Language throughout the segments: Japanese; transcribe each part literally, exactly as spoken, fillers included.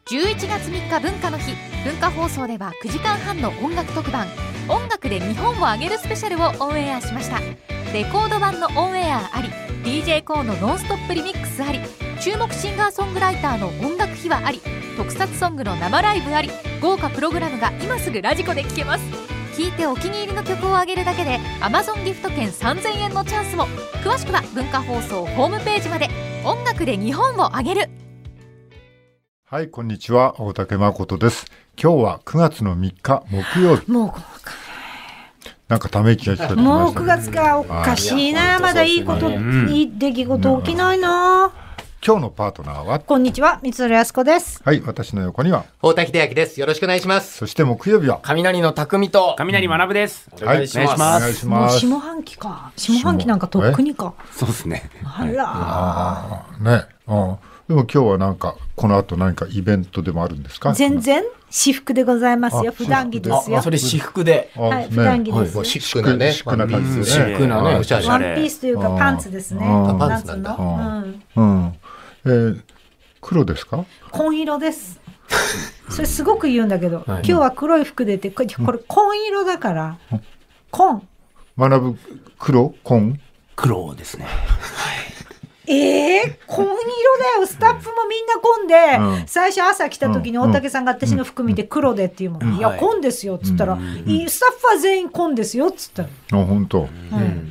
じゅういちがつみっか文化の日、文化放送ではくじかんはんの音楽特番音楽で日本をあげるスペシャルをオンエアしました。レコード版のオンエアあり、 ディージェー コーのノンストップリミックスあり、注目シンガーソングライターの音楽秘話あり、特撮ソングの生ライブあり、豪華プログラムが今すぐラジコで聴けます。聴いてお気に入りの曲をあげるだけで Amazon ギフト券さんぜんえんのチャンスも。詳しくは文化放送ホームページまで。音楽で日本をあげる。 はい、こんにちは、大竹誠です。今日はくがつのみっか木曜日。 もうなんかため息が聞こえてきましたね。 もうくがつか、おかしいな。まだいいこと、うん、いい出来事起きないな。 今日のパートナーは、 こんにちは、三浦靖子です。 はい、私の横には太田秀明です。よろしくお願いします。 そして木曜日は雷の匠と雷学です、 うん、お願いします、 はい、お願いします。 もう下半期か、下半期なんかとっくにか。 そうですね。 あらあねあでも今日はなんかこの後何かイベントでもあるんですか？ 全然私服でございますよ。普段着ですよ。 それ私服で、 はい、普段着です。 もうシックなね、 シックな感じですね。 シックなね、 おしゃれ。 ワンピースというかパンツですね。 パンツなんだ。 うんうん。えー、黒ですか？ 紺色です。それすごく言うんだけど、今日は黒い服でって、これ紺色だから紺。 学ぶ黒紺黒ですね。 えー、紺色だよ。スタッフもみんな紺で、うん、最初朝来た時に大竹さんが私の服見て黒でっていうもん、うん、いや紺ですよっつったら、うん、スタッフは全員紺ですよっつったら、 あ、本当、うん、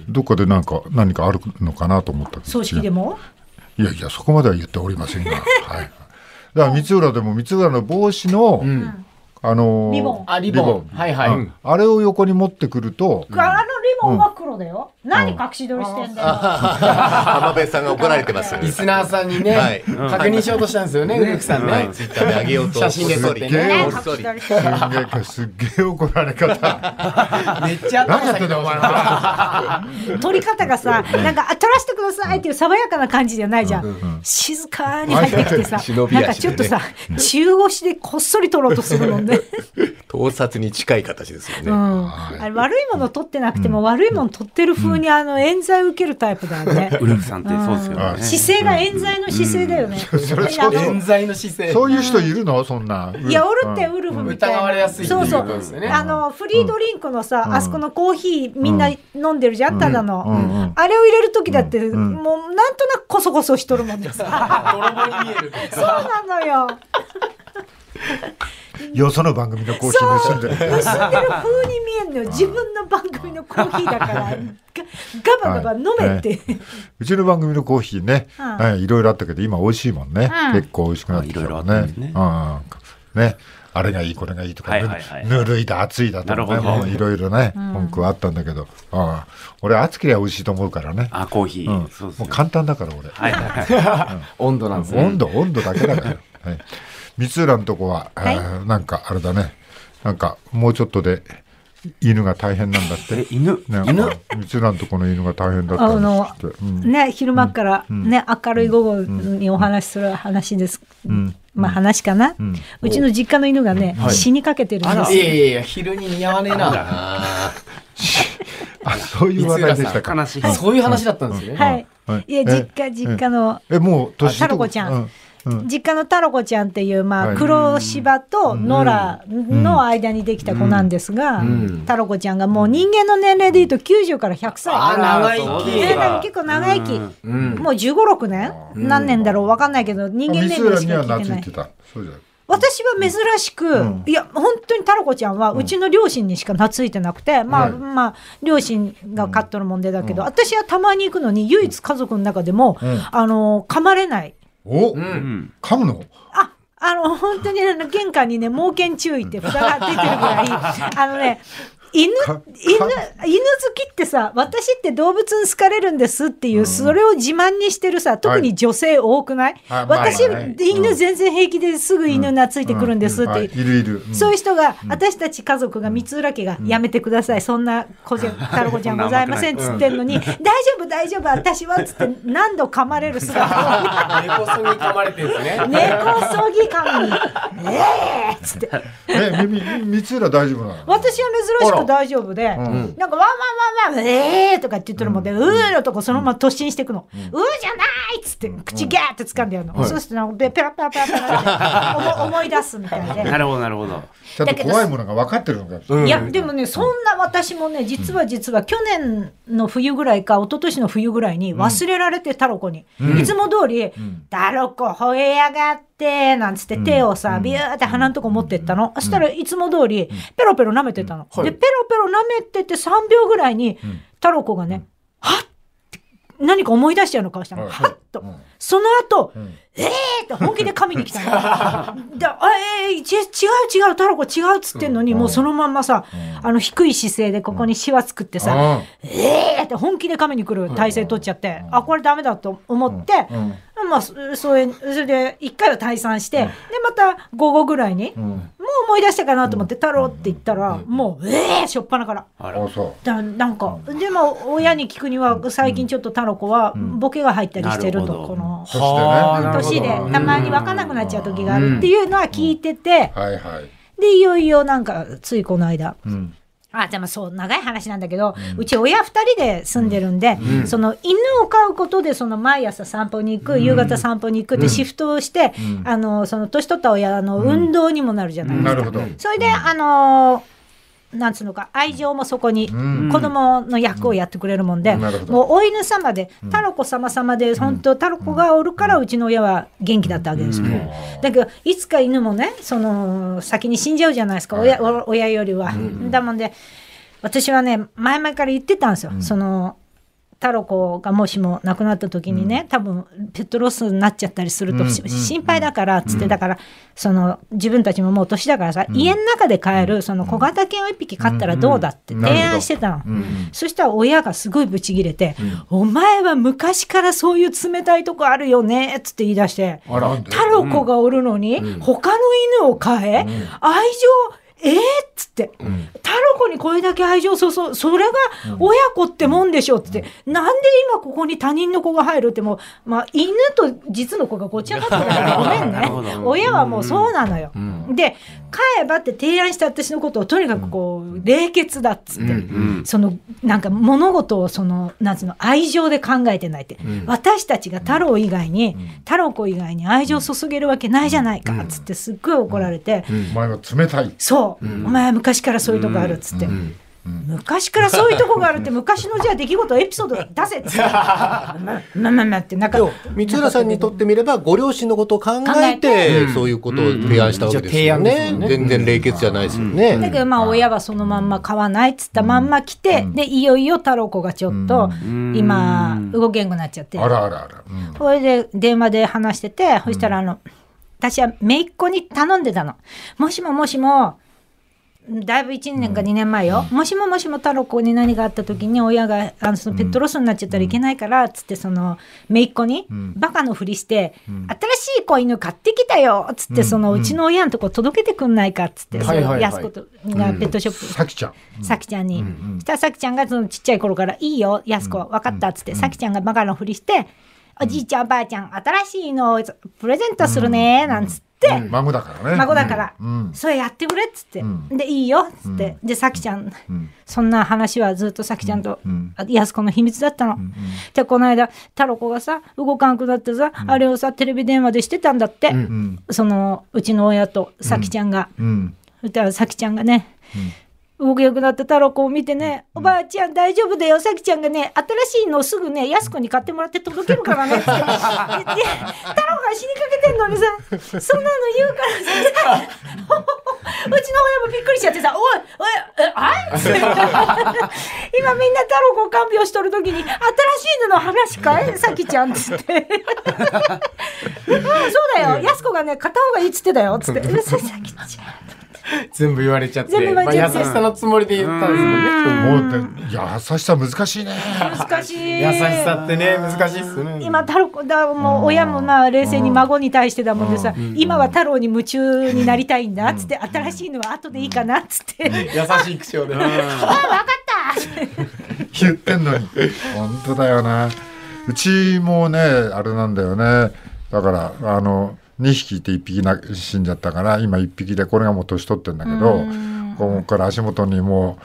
どっかでなんか何かあるのかなと思ったけど、 葬式でもいやいやそこまでは言っておりませんが、はい、だから三浦でも三浦の帽子の、うんあのー、 リボンあリボン、リボンはいはい、うん、 あれを横に持ってくると、 うん、あのリボンは黒だよ、うん、何隠し撮りしてんだよ、 浜辺さんが怒られてますリスナーさんにね、はい、確認しようとしたんですよね、ウルフさんね、はい、 ツイッターであげようと写真で撮ってね、 すっげえ怒られ方めっちゃ何やってんだお前は撮り方がさ、なんか撮らせてくださいっていう爽やかな感じじゃないじゃん、うんうん、静かに入ってきてさ、なんかちょっとさ中腰でこっそり撮ろうとするもんね盗撮に近い形ですよね、 うん、あれ悪いもの撮ってなくても、うん、悪いもの撮ってる風にあの冤罪を受けるタイプだよね、 ウルフさんってそうですよね、 姿勢が冤罪の姿勢だよね、 うん、それそう冤罪の姿勢、 そういう人いるのそんな、 いやおるってウルフみたいな、 疑われやすいっていうことですよね、 そうそう、あのフリードリンクのさ、うん、あそこのコーヒーみんな飲んでるじゃん、ただの、うんうん、あれを入れる時だって、うん、もうなんとなくコソコソしとるもんです泥棒に見えるそうなのよよその番組のコーヒー盗んでる盗んでる風に見えるのよ、自分の番組のコーヒーだからガバガバ飲めって、はいね、 うちの番組のコーヒーね、うんはい、いろいろあったけど今美味しいもんね、うん、結構美味しくなってきたね、いろいろあったんですね、うん、ね、あれがいいこれがいいとか、はいはいはい、ぬるいだ熱いだとかね、いろいろね、うん、文句はあったんだけど、あ俺熱ければ美味しいと思うからね、 あコーヒー、うん、そうそうもう簡単だから俺、はいはいうん、温度なんですね、 温度温度だけだから、はい、三浦のとこは、はい、なんかあれだね、なんかもうちょっとで犬が大変なんだって。 犬、 ね、犬三浦のとこの犬が大変だったんだって、うん、 ね、昼間から、うんね、明るい午後にお話しする話です、うん、まあ話かな、うん、うちの実家の犬がね、うん、死にかけてるんですよ。 いやいやいや、昼に似合わねえなあそういう話題でしたか、 はい、そういう話だったんですよね、 はいはい、いや実家実家のええもう年タロコちゃん、うんうん、実家のタロコちゃんっていう、まあ、黒柴と野良の間にできた子なんですが、うんうん、タロコちゃんがもう人間の年齢でいうときゅうじゅうからひゃくさい、 あ長生き、 ね、結構長生き、うん、もうじゅうご、ろくねん、うん、何年だろう分かんないけど人間年齢しか聞いてない。私は珍しく、うん、いや本当にタロコちゃんはうちの両親にしか懐いてなくて、うん、まあ、うん、まあ両親が飼っとるもんでだけど、うん、私はたまに行くのに唯一家族の中でも、うん、あの噛まれない。 お、うん、噛むの？ あ、あの本当にあの玄関にね猛犬注意って札が出てるぐらいあのね。犬、犬、犬好きってさ、私って動物に好かれるんですっていう、うん、それを自慢にしてるさ、特に女性多くない？はい、私、まあね、犬全然平気ですぐ犬懐いてくるんですって、うんうんはい、いるいる、うん、そういう人が、うん、私たち家族が三浦家がやめてください、うん、そんな子じゃタロコちゃんございませんっつってんのに、うん、大丈夫大丈夫私はっつって何度噛まれる姿を根こそぎ噛まれてるんですね。 根こそぎ噛みにえーっつってえ三浦大丈夫なの？ 私は珍しくら大丈夫で、なんかワンワンワンワンえーとかって言ってるもんで、うーのとこそのまま突進していくの、うーじゃないっつって口ギャーって掴んでやるの、そうするとなんかペラペラペラペラって思い出すみたいで。 なるほどなるほど。 ちゃんと怖いものが分かってるのか。 いやでもね、そんな私もね、実は実は去年の冬ぐらいか一昨年の冬ぐらいに忘れられて、タロコに、いつも通りタロコ吠えやがってなんつって手をさビューって鼻のとこ持ってったの。そしたらいつも通りペロペロ舐めてたの。でペロペロ舐めててさんびょうぐらいにタロコがね、はっって何か思い出しちゃうの顔したの。はっとその後、えーって本気で噛みに来たの。で、あえー、違う違うタロコ違うっつってんのに、うん、もうそのまんまさ、うん、あの低い姿勢でここにシワ作ってさ、うん、えーって本気で噛みに来る体勢取っちゃって、うん、あこれダメだと思って、うん、まあそれそれで一回は退散して、うん、でまた午後ぐらいに、うん、もう思い出したかなと思って、太郎って言ったら、うん、もうえーしょっぱなから。あらそうだなんかでも親に聞くには最近ちょっとタロコはボケが入ったりしてると、この年でたまに分かんなくなっちゃう時があるっていうのは聞いてて、 うんはいはい、 でいよいよなんかついこの間、うん、あでもそう長い話なんだけど、うん、うち親ふたりで住んでるんで、うん、その犬を飼うことでその毎朝散歩に行く、うん、夕方散歩に行くってシフトをして、うん、あのその年取った親の運動にもなるじゃないですか、うん、それであのなんつうのか愛情もそこに子供の役をやってくれるもんで、うん、もうお犬様でタロコ様様で本当タロコがおるからうちの親は元気だったわけですよ、うん、だけどいつか犬もねその先に死んじゃうじゃないですか、親、親よりは、うん、だもんで私はね前々から言ってたんですよ、うん、そのタロコがもしも亡くなった時にね、うん、多分ペットロスになっちゃったりすると、うん、心配だからっつって、うん、だからその自分たちももう年だからさ、うん、家の中で飼えるその小型犬を一匹飼ったらどうだって提案してたの、うんうん、そしたら親がすごいブチギレて、うん、お前は昔からそういう冷たいとこあるよねっつって言い出して、タロコがおるのに、うん、他の犬を飼え、うん、愛情えー、っつって、うん、タロコにこれだけ愛情注うそれが親子ってもんでしょっつって、うん、なんで今ここに他人の子が入るってもう、まあ、犬と実の子がごちゃがってるからごめんね親はもうそうなのよ、うん、で飼えばって提案した私のことをとにかくこう冷血だっつって、うん、そのなんか物事をそのなんつうの愛情で考えてないって、うん、私たちがタロ以外に、うん、タロコ以外に愛情注げるわけないじゃないかっつってすっごい怒られて、 うんうん、お前は冷たいそう、うん、お前は昔からそういうとこあるっつって、うんうんうん、昔からそういうとこがあるって昔のじゃあ出来事エピソード出せっつってまあまあまあってなんか光浦さんにとってみればご両親のことを考えて、うん、そういうことを提案したわけですよね、うんうん、全然冷血じゃないですよね、 うん、だけどまあ親はそのまんま買わないっつったまんま来て、うん、でいよいよタロコがちょっと今動けんくなっちゃって、 あらあらあら、 うん、それで電話で話してて、そしたらあの私は姪っ子に頼んでたの、もしももしもだいぶいちねんかにねんまえよ、うん、もしももしもタロコに何があった時に親があのそのペットロスになっちゃったらいけないからっつってその姪っ子にバカのふりして、うん、新しい子犬買ってきたよっつって、うん、そのうちの親のとこ届けてくんないかっつって、うん、その安子とがペットショップ、 うん、さきちゃんさきちゃんに、うん、そしたらさきちゃんがそのちっちゃい頃からいいよ安子分かったっつってさきちゃんがバカのふりしておじいちゃんおばあちゃん新しいのをプレゼントするねなんつって、うん、 孫だからね孫だから、 うん、 それやってくれっつって、うん、でいいよっつって、うん、でさきちゃん、うん、そんな話はずっとさきちゃんと、うん、やす子の秘密だったの、うん、でこの間タロコがさ動かんくなってさ、うん、あれをさテレビ電話でしてたんだって、うん、そのうちの親とさきちゃんが、うん、そしたらさきちゃんがね、うん動きよくなったタロコを見てね、うん、おばあちゃん大丈夫だよさきちゃんがね新しいのをすぐねやす子に買ってもらって届けるからねってでタロコが死にかけてんのにさそんなの言うからさうちの親もびっくりしちゃってさおいおいえあい今みんなタロコを看病しとる時に新しいのの話かいさきちゃんっつってうんそうだよやす子がね買った方がいいっつってだよっつってさきちゃん全部言われちゃって、まあ、優しさのつもりで言ったんですもんね。 もう優しさ難しいね。 難しい。 優しさってね難しいっすね。 今タロコだもう親もまあ冷静に孫に対してだもんでさ、今は太郎に夢中になりたいんだっつって新しいのは後でいいかなっつって。 優しい口調で。あ、 分かった言ってんのに。本当だよな。うちもねあれなんだよね。だからあの。にひきいていっぴきな死んじゃったから今いっぴきでこれがもう年取ってんだけどここから足元にも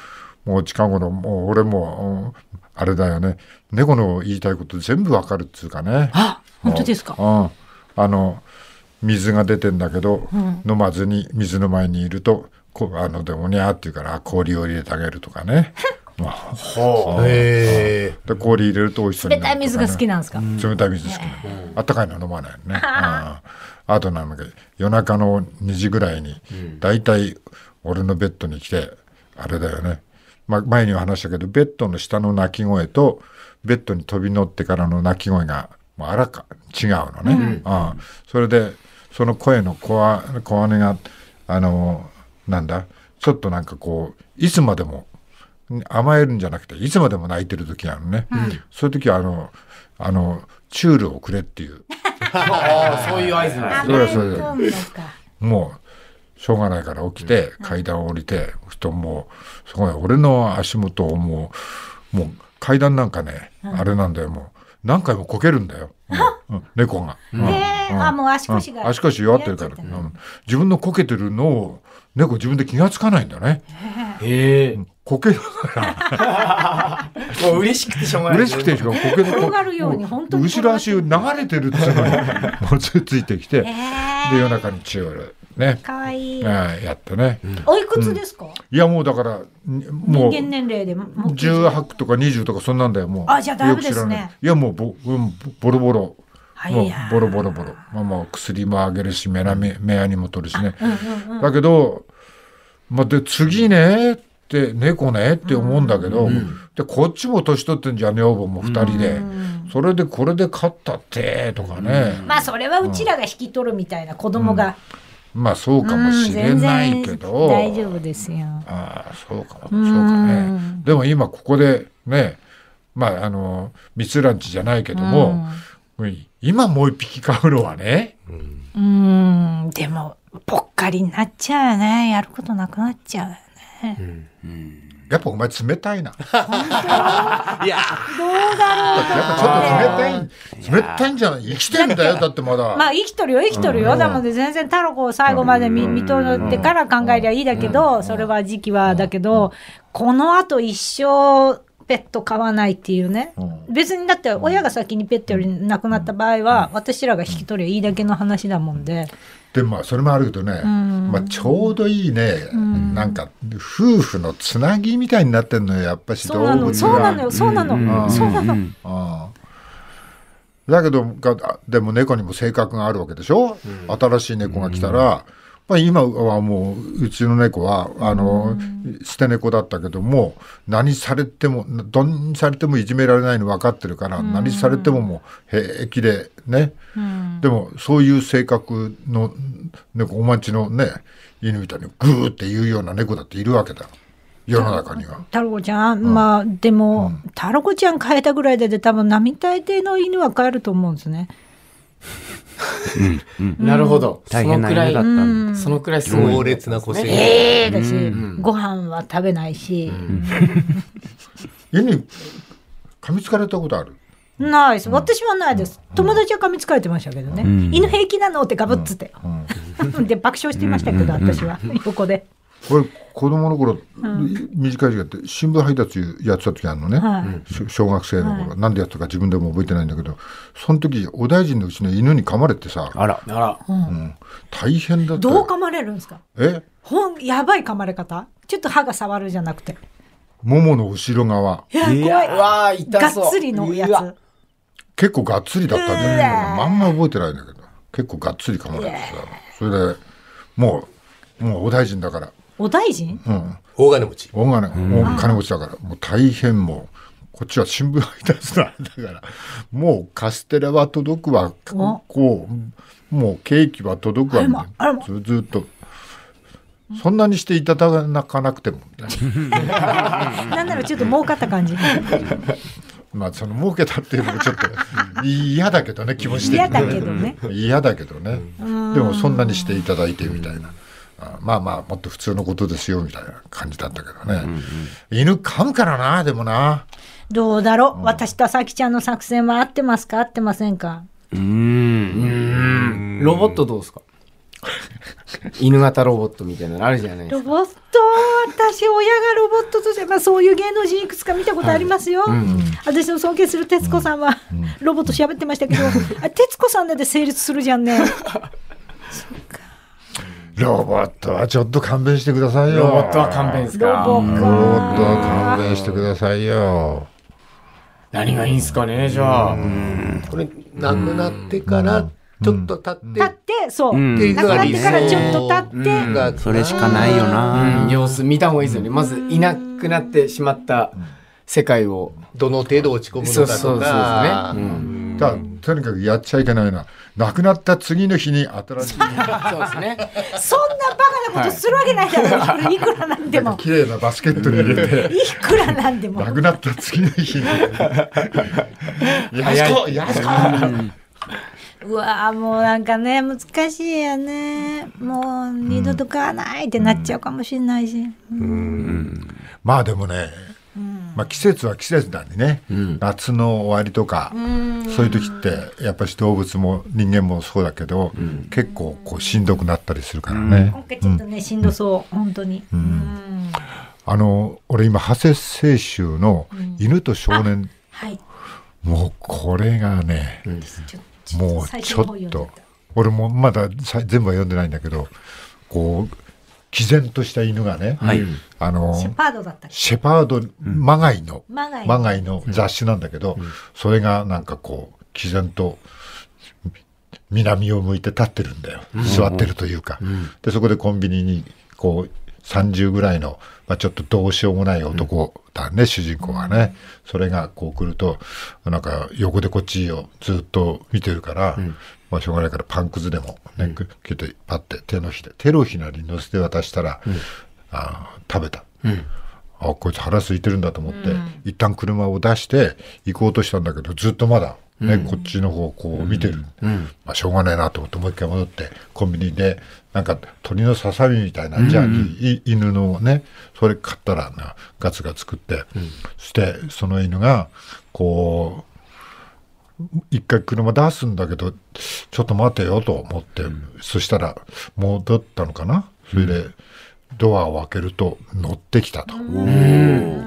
もう近頃もう俺もあれだよね、猫の言いたいこと全部わかるっつうかね。 あ、本当ですか。 うん、あの水が出てんだけど、うん、飲まずに水の前にいるとこあのでもにゃーって言うから氷を入れてあげるとかね。まあ、はあ、へで氷入れると美味しそうになるとか、ね、 冷たい水が好きなんですか。 冷たい水好きなの、あったかいの飲まないのね。あ, あとなんだけど夜中のにじぐらいにだいたい俺のベッドに来てあれだよね、まあ、前には話したけどベッドの下の鳴き声とベッドに飛び乗ってからの鳴き声がもうあらか違うのね、うん、あそれでその声の小姉があのなんだちょっとなんかこういつまでも甘えるんじゃなくていつまでも泣いてる時あるね、うん、そういう時はあのあのチュールをくれっていうあそういう合図なんですね。 それそれもうしょうがないから起きて階段を降りて、うん、ともうすごい俺の足元をもうもう階段なんかね、うん、あれなんだよもう何回もこけるんだよ、うんうん、猫が、 うん、へー、うん、あもう足腰が、 うん、足腰弱ってるから、うん、自分のこけてるのを猫自分で気がつかないんだね。 へー、 こけながらもう嬉しくてしょうがない、 嬉しくてしょうがない。こけ転がるように本当に後ろ足流れてるっていうのにもうついてきて、で夜中にチュールね、 かわいい、 やってね、 うん、おいくつですか、うん、 いやもうだからもう人間年齢でもじゅうはちとかにじゅうとかそんなんだよもう。 あじゃあだいぶですね。 いやもう ボ, ボロボロ、 はい、 もうボロボロボロ、まあ、まあ薬もあげるし目や目やにも取るしね、うんうんうん、だけど、まあ、で次ねって猫ねって思うんだけど、うん、でこっちも年取ってんじゃん女房もふたりで、うん、それでこれで勝ったってとかね、 うん、まあそれはうちらが引き取るみたいな子供が、 うん、まあそうかもしれないけど、 うん、大丈夫ですよ。 ああそうかもそうかね。でも今ここでねまああの蜜ランチじゃないけども、うん、今もう一匹飼うのはね、 うん、うんでもぽっかりになっちゃうよね。やることなくなっちゃうよね。うんうん、やっぱお前冷たいな。 本当？いやどうだろう。 やっぱちょっと冷たい冷たいんじゃない。生きてんだよだってまだ。 まあ生きとるよ生きとるよ。なので全然タロコを最後まで 見, 見とってから考えりゃいいだけど、それは時期はだけど、このあと一生ペット飼わないっていうね、別にだって親が先にペットより亡くなった場合は私らが引き取りゃいいだけの話だもんで。 でもまあそれもあるけどね、うんまあ、ちょうどいいね、うん、なんか夫婦のつなぎみたいになってんのよやっぱし動物は。 そうなのよそうなの、うん、そうなの、うん、 あだけどでも猫にも性格があるわけでしょ、うん、新しい猫が来たら、うんまあ、今はもううちの猫はあの、うん、捨て猫だったけども何されてもどんされてもいじめられないの分かってるから、うん、何されてももう平気でね、うん、でもそういう性格の猫おまちのね犬みたいにグーって言うような猫だっているわけだ世の中には。 タロコちゃん、うん、まあでも、うん、タロコちゃん飼えたぐらいでで多分並大抵の犬は飼えると思うんですね。 うんうん、なるほど。 大変な犬だったんそのくらい強烈な個性、 えー、だし、うん、ご飯は食べないし、うん、 犬に噛みつかれたことある？ ないです。私はないです、うん、友達は噛みつかれてましたけどね、うん、犬平気なのってガブッつって、うんうん、で爆笑していましたけど、うん、私は横でこれ子供の頃、うん、短い時間って新聞配達やってた時あるのね、はい、小学生の頃、はい、なんでやったか自分でも覚えてないんだけどその時お大臣のうちの犬に噛まれてさあらあら、 うんうん、大変だった。 どう噛まれるんですか？ えほんやばい噛まれ方？ちょっと歯が触るじじゃなくてももの後ろ側いや怖い、いやわ痛そうがっつりのやつ結構がっつりだったんじゃないかなまんま覚えてないんだけど結構がっつり噛まれてさそれでもうもうお大臣だからお大臣、 うん、 大金持ち大金、うん、金持ちだからもう大変もうこっちは新聞配達なんだからもうカステラは届くわこうもうケーキは届くわみたいなず, ずっとそんなにしていただかなくてもみたいななんならちょっと儲かった感じまあその儲けたっていうのもちょっと嫌だけどね気持ち的に嫌だけどね嫌だけどねでもそんなにしていただいてみたいなまあまあもっと普通のことですよみたいな感じだったけどね、うんうん、犬噛むからなでもなどうだろう、うん、私とさきちゃんの作戦は合ってますか合ってませんか？ うーんロボットどうですか？犬型ロボットみたいなのあるじゃないですか。 ロボット私親がロボットとして、まあ、そういう芸能人いくつか見たことありますよ、はいうん、私の尊敬する徹子さんは、うん、ロボット喋ってましたけど、うん、あ徹子さんだって成立するじゃんねそうかロボットはちょっと勘弁してくださいよ。 ロボットは勘弁ですか。 ロボットは勘弁してくださいよ。 何がいいんすかねじゃあ。 うんこれ亡くなってからちょっと経って、 経ってそう、うん、亡くなってからちょっと経って、 うん、それしかないよな、 うん、様子見た方がいいですよね。まずいなくなってしまった世界をどの程度落ち込むのかとか。そうそうそうですね。 うんだとにかくやっちゃいけないな。亡くなった次の日に新しいそうですね。 そんなバカなことするわけないだろう、はい、いくらなんでも綺麗なバスケットに入れていくらなんでも亡くなった次の日にやすこやすこうわもうなんかね難しいよね。もう二度と買わないってなっちゃうかもしれないし、うんうん、まあでもねうんまあ、季節は季節だね、うん、夏の終わりとかそういう時ってやっぱり動物も人間もそうだけど、うん、結構こうしんどくなったりするからね。 今回ちょっとね、うん、しんどそう、うん、本当に、うん、 あの俺今長谷清舟の犬と少年、うんはい、もうこれがね、うん、もうちょっと俺もまだ全部は読んでないんだけどこう毅然とした犬がね、はい、あのシェパードだったっけシェパードマガイの、うん、マガイの雑誌なんだけど、うん、それがなんかこう毅然と南を向いて立ってるんだよ、うん、座ってるというか、うん、でそこでコンビニにこうさんじゅうぐらいの、まあ、ちょっとどうしようもない男だね、うん、主人公はね。それがこう来るとなんか横でこっちをずっと見てるから、うんまあ、しょうがないからパンくずでもね、うん、切ってパッて手のひら手のひらに乗せて渡したら、うん、あ食べた、うん、あこいつ腹空いてるんだと思って、うん、一旦車を出して行こうとしたんだけどずっとまだ、ねうん、こっちの方をこう見てる、うんまあ、しょうがないなと思ってもう一回戻ってコンビニでなんか鳥のささみみたいな、うん、じゃあ犬のねそれ買ったらなガツガツ食って、うん、そしてその犬がこう一回車出すんだけどちょっと待てよと思って、うん、そしたら戻ったのかなそれで、うん、ドアを開けると乗ってきたと、うん、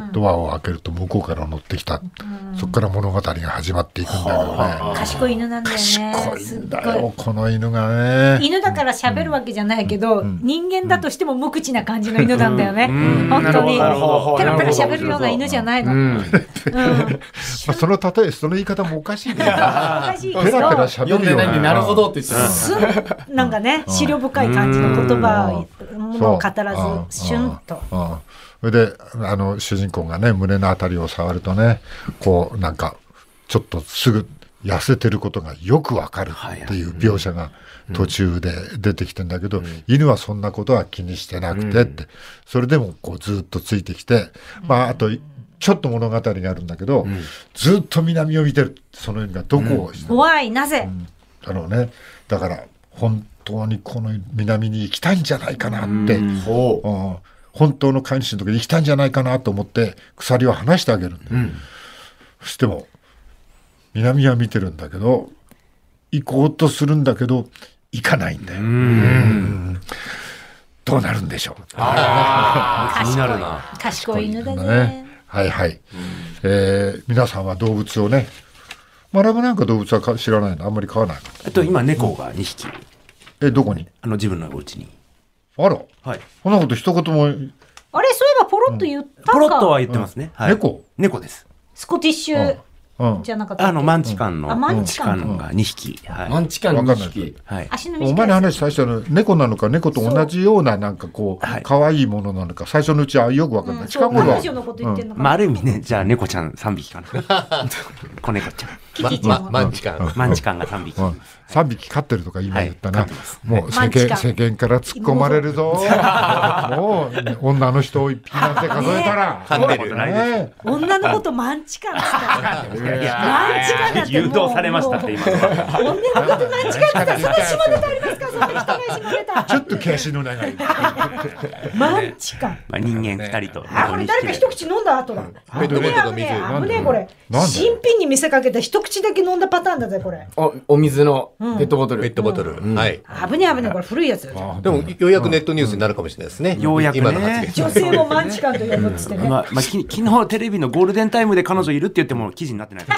ドアを開けると向こうから乗ってきた、うん、そこから物語が始まっていくんだけどね。 賢い犬なんだよね。 賢いんだよこの犬がね。 犬だから喋るわけじゃないけど、うん、人間だとしても無口な感じの犬なんだよね、うん、本当にペラペラ喋るような犬じゃないの、うんうんまあ、その例えその言い方もおかしいね。おかしいけどペラペラ喋るようななるほどって言ってたなんかね思慮深い感じの言葉を語らずシュンとそれであの主人公がね胸のあたりを触るとねこうなんかちょっとすぐ痩せてることがよくわかるっていう描写が途中で出てきてんだけど、うん、犬はそんなことは気にしてなくてって、うん、それでもこうずっとついてきて、うん、まああとちょっと物語があるんだけど、うん、ずっと南を見てるその犬がどこを、うん、 怖いなぜ、 うん、だろうねだから本当にこの南に行きたいんじゃないかなって、うんうん、本当の飼い主のところに行きたいんじゃないかなと思って鎖を離してあげるんだよ、うん、そしても南は見てるんだけど行こうとするんだけど行かないんだよ。うんうんどうなるんでしょう。 あ気になるな。 賢い犬だ ね, ねはいはい、うんえー、皆さんは動物をね学ぶなんか動物は知らないのあんまり飼わないの。 えっと今猫がにひき、 うん、えどこにあの自分のお家にあら、はい、そんなこと一言もあれそういえばポロッと言ったか、 うん、ポロッとは言ってますね、うんはい、 猫猫ですスコティッシュ、うんじゃなかったっけあのマンチカンの、 うん、 マンチカンがにひき、はい、 マンチカンのにひき、 はい、足のお前の話最初の猫なのか猫と同じようななんかこう可愛いものなのか最初のうちはよく分かんない、うん、近頃は、 うんまあ、ある意味ねじゃあ猫ちゃんさんびきかな子猫ちゃんキキちゃん、 ま、マンチカンマンチカンがさんびき、うん、 さんびき飼ってるとか今言ったな、はい、もう世間、世間から突っ込まれるぞもう女の人を一匹なんて数えたら噛んでる、ね、 女のことマンチカンって言ったらマンチカンなんて誘導されましたって今女のことマンチカンって言ったらそんな下ネタありますかそんな人が下ネタちょっと毛足の長いマンチカン、 まあ、人間ふたりとあこれ誰か一口飲んだ後だ危ねえ危ねえ危ねえこれ新品に見せかけた一口だけ飲んだパターンだぜこれ。 おお水のペットボトル、 ペットボトル、はい。 危ね危ねこれ古いやつ。でもようやくネットニュースになるかもしれないですね。 ようやく今の発言。 女性もマンチカンと呼ぶっつってね。 まあまあき昨日テレビのゴールデンタイムで彼女いるって言っても記事になってない。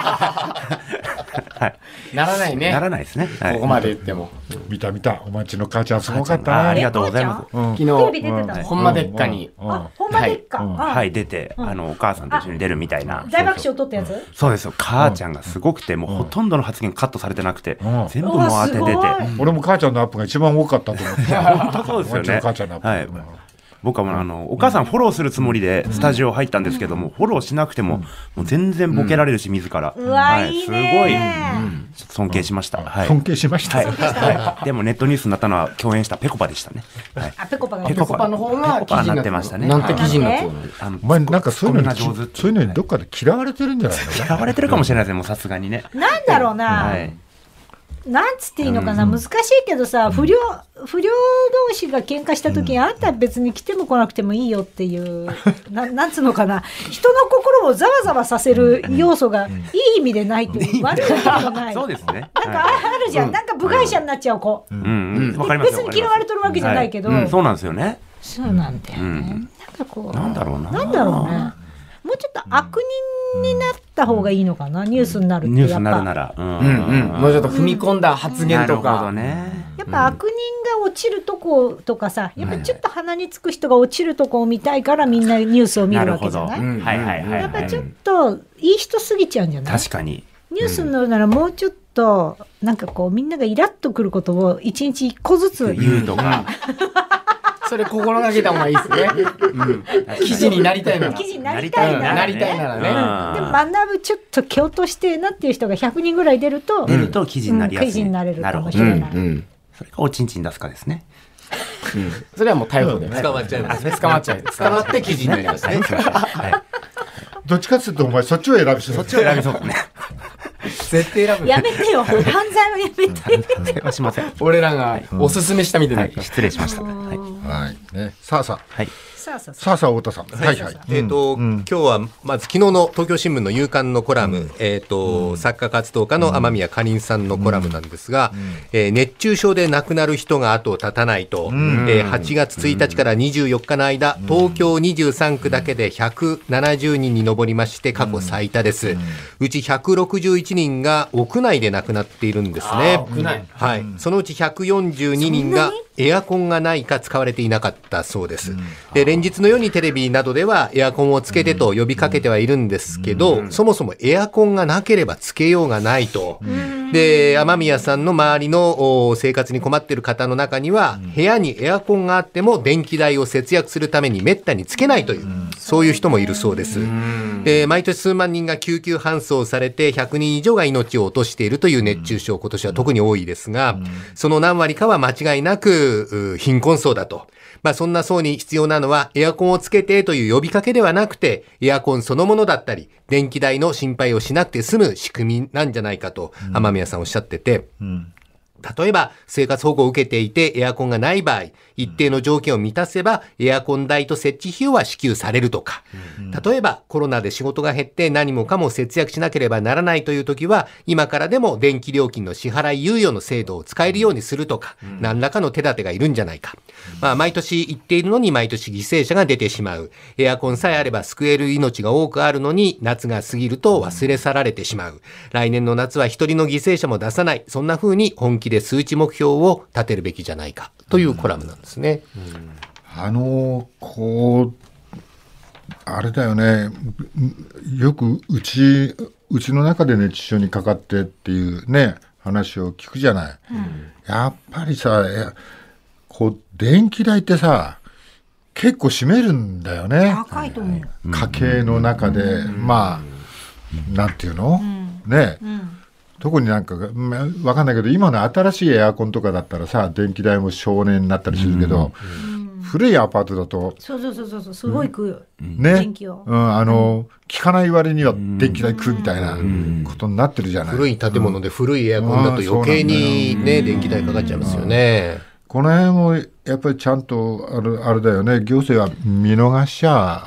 はい。 ならないね。 ならないですね。 ここまで言っても。 見た見た。お待ちの母ちゃんすごかったね。 ありがとうございます。 昨日ほんまでっかに。 あ、ほんまでっか。 はい出てあのお母さんと一緒に出るみたいな。 大爆笑取ったやつ？ そうですよ。母ちゃんがすごくてもうほとんどの発言カットされてなくて全部もう当ててて。 俺も母ちゃんのアップが一番多かったと思って。 本当そうですよね。 母ちゃんのアップ。 はい。僕はもうあのお母さんフォローするつもりでスタジオ入ったんですけども、フォローしなくてももう全然ボケられるし自ら、 はい、 すごい尊敬しました。はい、 尊敬しました。 はい。でもネットニュースになったのは共演したペコパでしたね。 はい。あペコパがペコパの方が記事になってましたね。なんて記事になってるの？ お前なんかそういうのにそういうのにどっかで嫌われてるんじゃないの？ 嫌われてるかもしれないですね。もうさすがにね。 なんだろうな。はい。なんつっていいのかな、難しいけどさ、不良不良同士が喧嘩した時に、あんた別に来ても来なくてもいいよっていうななんつうのかな、人の心をざわざわさせる要素がいい意味でないという悪い意味でもない。 そうですね。 なんかあるじゃん、なんか部外者になっちゃう子。別に嫌われてるわけじゃないけど、 そうなんですよね。 そうなんだよね。なんかこうなんだろうな。 なんだろうね。もうちょっと悪人になった方がいいのかな、ニュースになるってニュースになるなら、 うんうん、もうちょっと踏み込んだ発言とか、 やっぱ悪人が落ちるとことかさ、やっぱちょっと鼻につく人が落ちるとこを見たいからみんなニュースを見るわけじゃない？やっぱちょっといい人すぎちゃうんじゃない？ 確かに。 ニュースになるならもうちょっとなんかこうみんながイラッとくることを一日一個ずつ言うとか。 それ心がけた方がいいですね。うん、記事になりたいなら。 記事になりたいなら。 なりたいならね。 でも学ぶちょっと蹴落としてなっていう人がひゃくにんぐらい出ると、 出ると記事になりやすい。 記事になれるかもしれない。 それがおちんちん出すかですね。 それはもう逮捕で捕まっちゃいます。 捕まっちゃう。捕まって記事になりますね。 どっちかっていうとお前そっちを選びそう。 そっちを選びそうね。 絶対選ぶ。 やめてよ。犯罪はやめて。 はしません。 俺らがおすすめしたみたいな、 はい、失礼しました。はい。 はいね。さあさあ。 はい。 さあさあさあさあ太田さん。はいはい。 えっと今日はまず昨日の東京新聞の夕刊のコラム、えっと作家活動家の雨宮かりんさんのコラムなんですが、え熱中症で亡くなる人が後を絶たないと、えはちがつついたちからにじゅうよっかの間、東京にじゅうさんくだけでひゃくななじゅうにんに上りまして過去最多です。うちひゃくろくじゅういちにんが屋内で亡くなっているんですね。 屋内。 はい。そのうちひゃくよんじゅうににんがエアコンがないか使われていなかったそうです。で連日のようにテレビなどではエアコンをつけてと呼びかけてはいるんですけど、そもそもエアコンがなければつけようがないと。で雨宮さんの周りの生活に困っている方の中には、部屋にエアコンがあっても電気代を節約するためにめったにつけないという、そういう人もいるそうです。で毎年数万人が救急搬送されてひゃくにん以上が命を落としているという熱中症、今年は特に多いですが、その何割かは間違いなく貧困層だと。まあそんな層に必要なのはエアコンをつけてという呼びかけではなくて、エアコンそのものだったり電気代の心配をしなくて済む仕組みなんじゃないかと雨宮さんおっしゃってて、うん、例えば生活保護を受けていてエアコンがない場合、一定の条件を満たせばエアコン代と設置費用は支給されるとか、例えばコロナで仕事が減って何もかも節約しなければならないという時は、今からでも電気料金の支払い猶予の制度を使えるようにするとか、何らかの手立てがいるんじゃないか。まあ毎年言っているのに毎年犠牲者が出てしまう。エアコンさえあれば救える命が多くあるのに、夏が過ぎると忘れ去られてしまう。来年の夏は一人の犠牲者も出さない。そんな風に本気で数値目標を立てるべきじゃないかというコラムなんですね。 うん、あのこうあれだよね、よくうちうちの中で熱中症にかかってっていうね話を聞くじゃない。うん、やっぱりさ、こう電気代ってさ結構占めるんだよね。 高いと思う。 家計の中で、うん、まあなんていうの、うん、ね。うん特になんかわかんないけど今の新しいエアコンとかだったらさ電気代も少年になったりするけど、うんうん、古いアパートだとそうそうそうそうすごい食う、うん、 ね、 電気を、 うん、あの、うん、効かない割には電気代食うみたいなことになってるじゃない。 古い建物で古いエアコンだと余計にね、うん、電気代かかっちゃいますよね。 この辺もやっぱりちゃんとあるあれだよね、行政は見逃しちゃ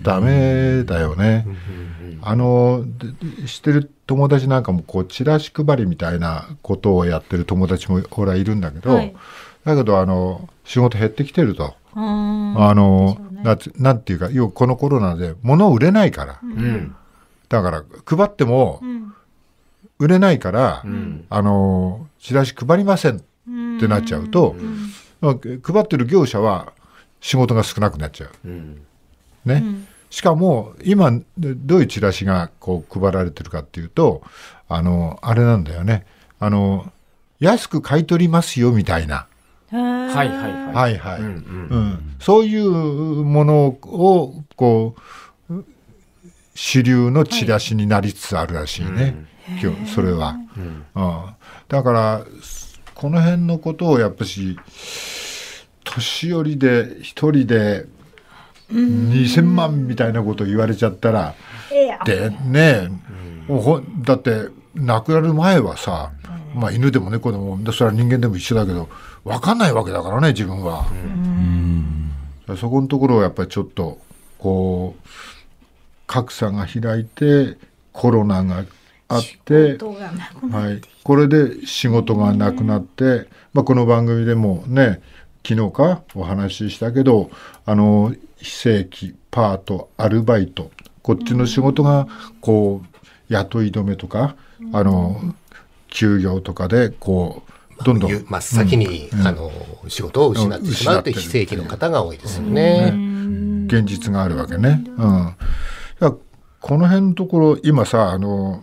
ダメだよね。あの知ってる友達なんかもこうチラシ配りみたいなことをやってる友達もほらいるんだけど、はい、だけどあの仕事減ってきてると。あの、ね、な, なんていうか要はこのコロナで物売れないから、うん、だから配っても売れないから、うん、あのチラシ配りませんってなっちゃうと、うん、配ってる業者は仕事が少なくなっちゃう、うんねうん、しかも今どういうチラシがこう配られてるかっていうとあのあれなんだよねあの安く買い取りますよみたいなはいはいはいはい、うんうんうん、そういうものをこう主流のチラシになりつつあるらしいね、はい、今日それは、うんうん、だからこの辺のことをやっぱし年寄りで一人でにせんまんみたいなことを言われちゃったら、うん、でね、うん、だって亡くなる前はさ、まあ、犬でも猫でもそれは人間でも一緒だけど分かんないわけだからね自分は、うん、そこのところをやっぱりちょっとこう格差が開いてコロナがあってはい、これで仕事がなくなって、まあ、この番組でもね昨日かお話ししたけどあの非正規パートアルバイトこっちの仕事がこう雇い止めとかあの休業とかでこうどんどん真っ先に、うん、あの仕事を失ってしまうという非正規の方が多いですよね。 うん、現実があるわけね。うん、この辺のところ今さあの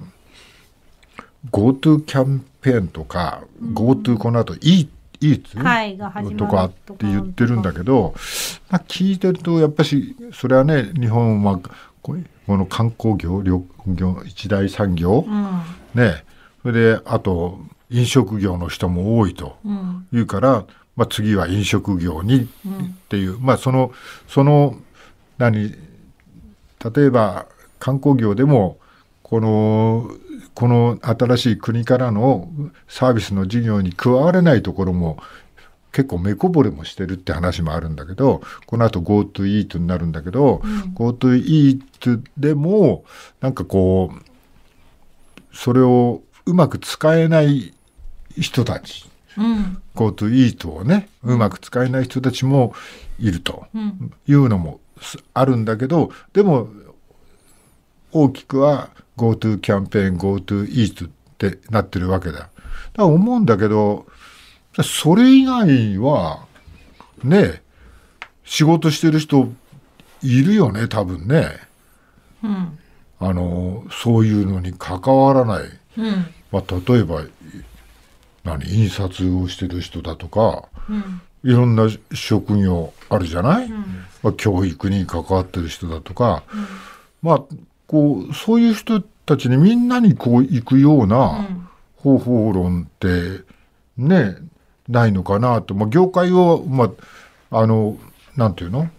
GoTo キャンペーンとか、うん、GoTo この後イーツ、はい、とかって言ってるんだけど、まあ、聞いてるとやっぱしそれはね日本はこの観光業旅業一大産業、うん、ねそれであと飲食業の人も多いというから、うんまあ、次は飲食業にっていう、うん、まあそのその何例えば観光業でもこのこの新しい国からのサービスの事業に加われないところも結構目こぼれもしてるって話もあるんだけどこの後 GoTo イートになるんだけど、うん、GoTo イートでもなんかこうそれをうまく使えない人たち、うん、GoTo イートをねうまく使えない人たちもいるというのもあるんだけどでも大きくは GoTo キャンペーン GoTo イートってなってるわけだ。だから思うんだけどそれ以外はね仕事してる人いるよね多分ね、うん、あのそういうのに関わらない、うんまあ、例えば何印刷をしてる人だとか、うん、いろんな職業あるじゃない、うんまあ、教育に関わってる人だとか、うん、まあこうそういう人たちにみんなにこう行くような方法論ってねないのかなと、まあ、業界を、まあ、あのなんていうの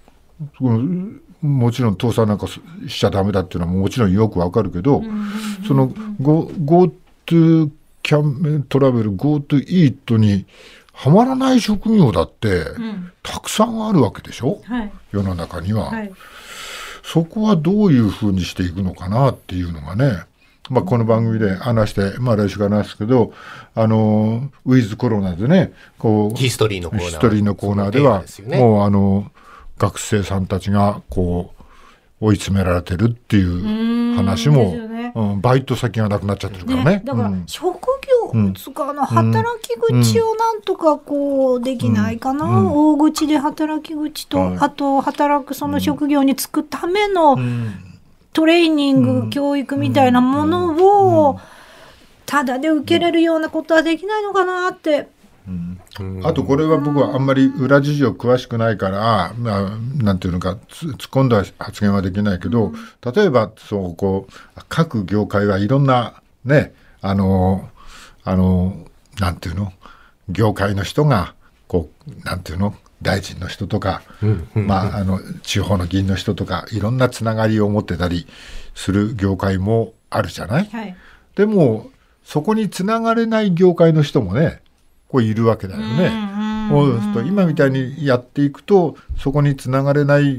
もちろん倒産なんかしちゃダメだっていうのはもちろんよくわかるけど、うんうんうんうん、その GoTo キャンペーントラベル GoTo イートにはまらない職業だって、うん、たくさんあるわけでしょ、はい、世の中には、はい、そこはどういうふうにしていくのかなっていうのがねまあ、この番組で話して、まあ、来週から話すけどあのウィズコロナでねこうヒストリーのコーナーヒストリーのコーナーではで、ね、もうあの学生さんたちがこう追い詰められてるっていう話も、ねうん、バイト先がなくなっちゃってるからね、ねだから職業つかの働き口をなんとかこうできないかな、うんうん、大口で働き口と、うん、あと働くその職業に就くための、うんトレーニング、うん、教育みたいなものをただで受けれるようなことはできないのかなって、 うんうん、あとこれは僕はあんまり裏事情詳しくないから、まあ、なんていうのか突っ込んだ発言はできないけど、うん、例えばそうこう各業界はいろんなねあのあのなんていうの業界の人がこうなんていうの大臣の人とか、うんうんうんまあ、あの地方の議員の人とかいろんなつながりを持ってたりする業界もあるじゃない、はい、でもそこにつながれない業界の人もねこういるわけだよね。そうすると今みたいにやっていくとそこにつながれない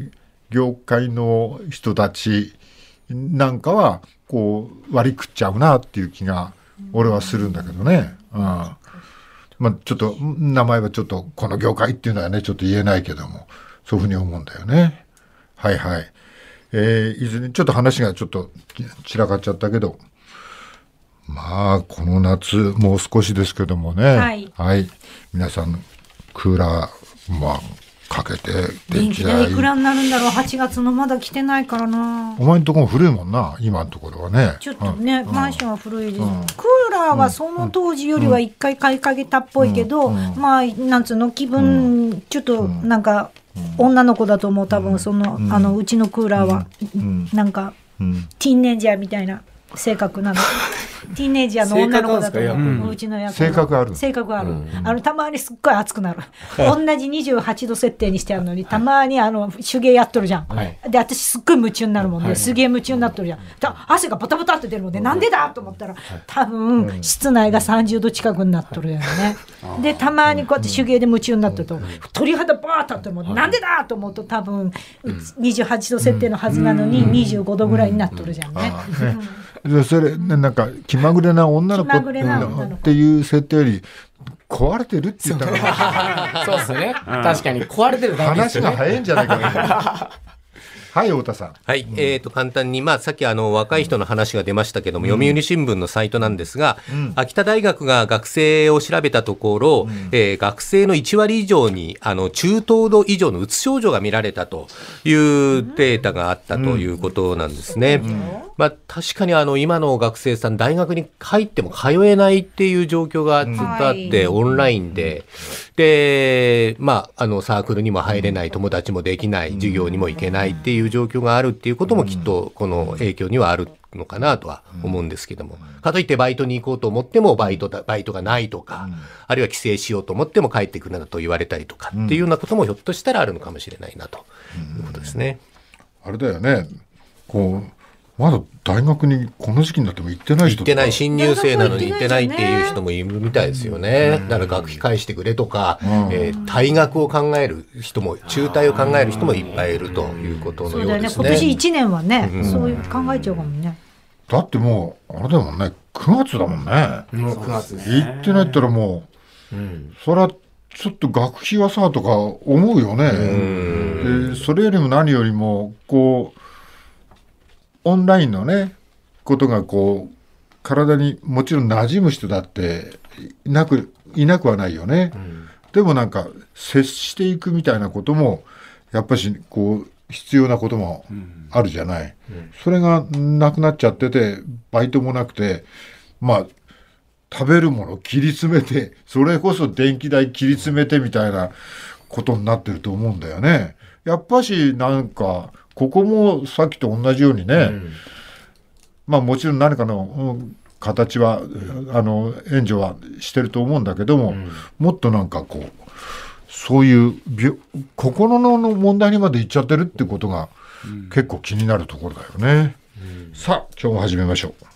業界の人たちなんかはこう割り食っちゃうなっていう気が俺はするんだけどね、うん、まあちょっと名前はちょっとこの業界っていうのはねちょっと言えないけどもそういうふうに思うんだよね。はいはい、えー、いずれにちょっと話がちょっと散らかっちゃったけど、まあこの夏もう少しですけどもね、はい、はい、皆さんクーラーまあかけて電気代いくらになるんだろう。はちがつのまだ来てないからな。 お前のところも古いもんな今のところはね。 ちょっとね、うん、マンションは古いです、うん、クーラーはその当時よりは一回買いかけたっぽいけど、うんうん、まあなんつうの気分、うん、ちょっとなんか、うん、女の子だと思う多分その、うん、あのうちのクーラーは、うん、なんか、うん、ティーンエイジャーみたいな性格なの。ティーネイジャーの女の子だと思う。うちの役性格ある。 性格ある。うん、あのたまにすっごい熱くなる。同じにじゅうはちど設定にしてあるのにたまにあの手芸やっとるじゃん。はい、で私すっごい夢中になるもんで、はい、すげえ夢中になっとるじゃん。だ汗がボタボタって出るもんで、なんでだと思ったら多分、うん、室内がさんじゅうど近くになっとるよね。でたまにこうやって手芸で夢中になってると、うん、鳥肌バーッとあっても、はい、なんでだと思うと多分、うん、にじゅうはちど設定のはずなのににじゅうごどぐらいになっとるじゃんね。 それなんか気まぐれな女の子っていう設定より壊れてるって言ったらそうですね、うん、確かに壊れてるだけですね。 話が早いんじゃないかな。はい太田さん。 はい、うん、えーと簡単に、まあ、さっきあの若い人の話が出ましたけども、うん、読売新聞のサイトなんですが、うん、秋田大学が学生を調べたところ、うん、えー、学生のいちわり以上にあの中等度以上のうつ症状が見られたというデータがあったということなんですね。うんうん、まあ、確かにあの今の学生さん大学に入っても通えないっていう状況がずっとあって、うん、オンラインで、で、まあ、あのサークルにも入れない、友達もできない、授業にも行けないっていう状況があるっていうこともきっとこの影響にはあるのかなとは思うんですけども、かといってバイトに行こうと思ってもバイトだ、バイトがないとか、あるいは帰省しようと思っても帰ってくるなと言われたりとかっていうようなこともひょっとしたらあるのかもしれないなということですね。 あれだよね、こうまだ大学にこの時期になっても行ってない人とか、 行ってない、新入生なのに行ってないっていう人もいるみたいですよね。だから学費返してくれとか、うん、えー、退学を考える人も、中退を考える人もいっぱいいるということのようですね。そうだよね、 今年いちねんはね、うん、そういう考えちゃうかもね。 だってもうあれだもんね、くがつだもんね。 もうくがつね。 行ってないったらもう、うん、それはちょっと学費はさとか思うよね。でそれよりも何よりもこうオンラインのねことがこう体にもちろん馴染む人だっていなくいなくはないよね。うん、でもなんか接していくみたいなこともやっぱしこう必要なこともあるじゃない。うんうん、それがなくなっちゃっててバイトもなくて、まあ食べるもの切り詰めてそれこそ電気代切り詰めてみたいなことになってると思うんだよね。やっぱしなんかここもさっきと同じようにね、うん、まあもちろん何かの形は、うん、あの援助はしてると思うんだけども、うん、もっとなんかこうそういう心の問題にまでいっちゃってるってことが結構気になるところだよね。うん、さあ今日も始めましょう。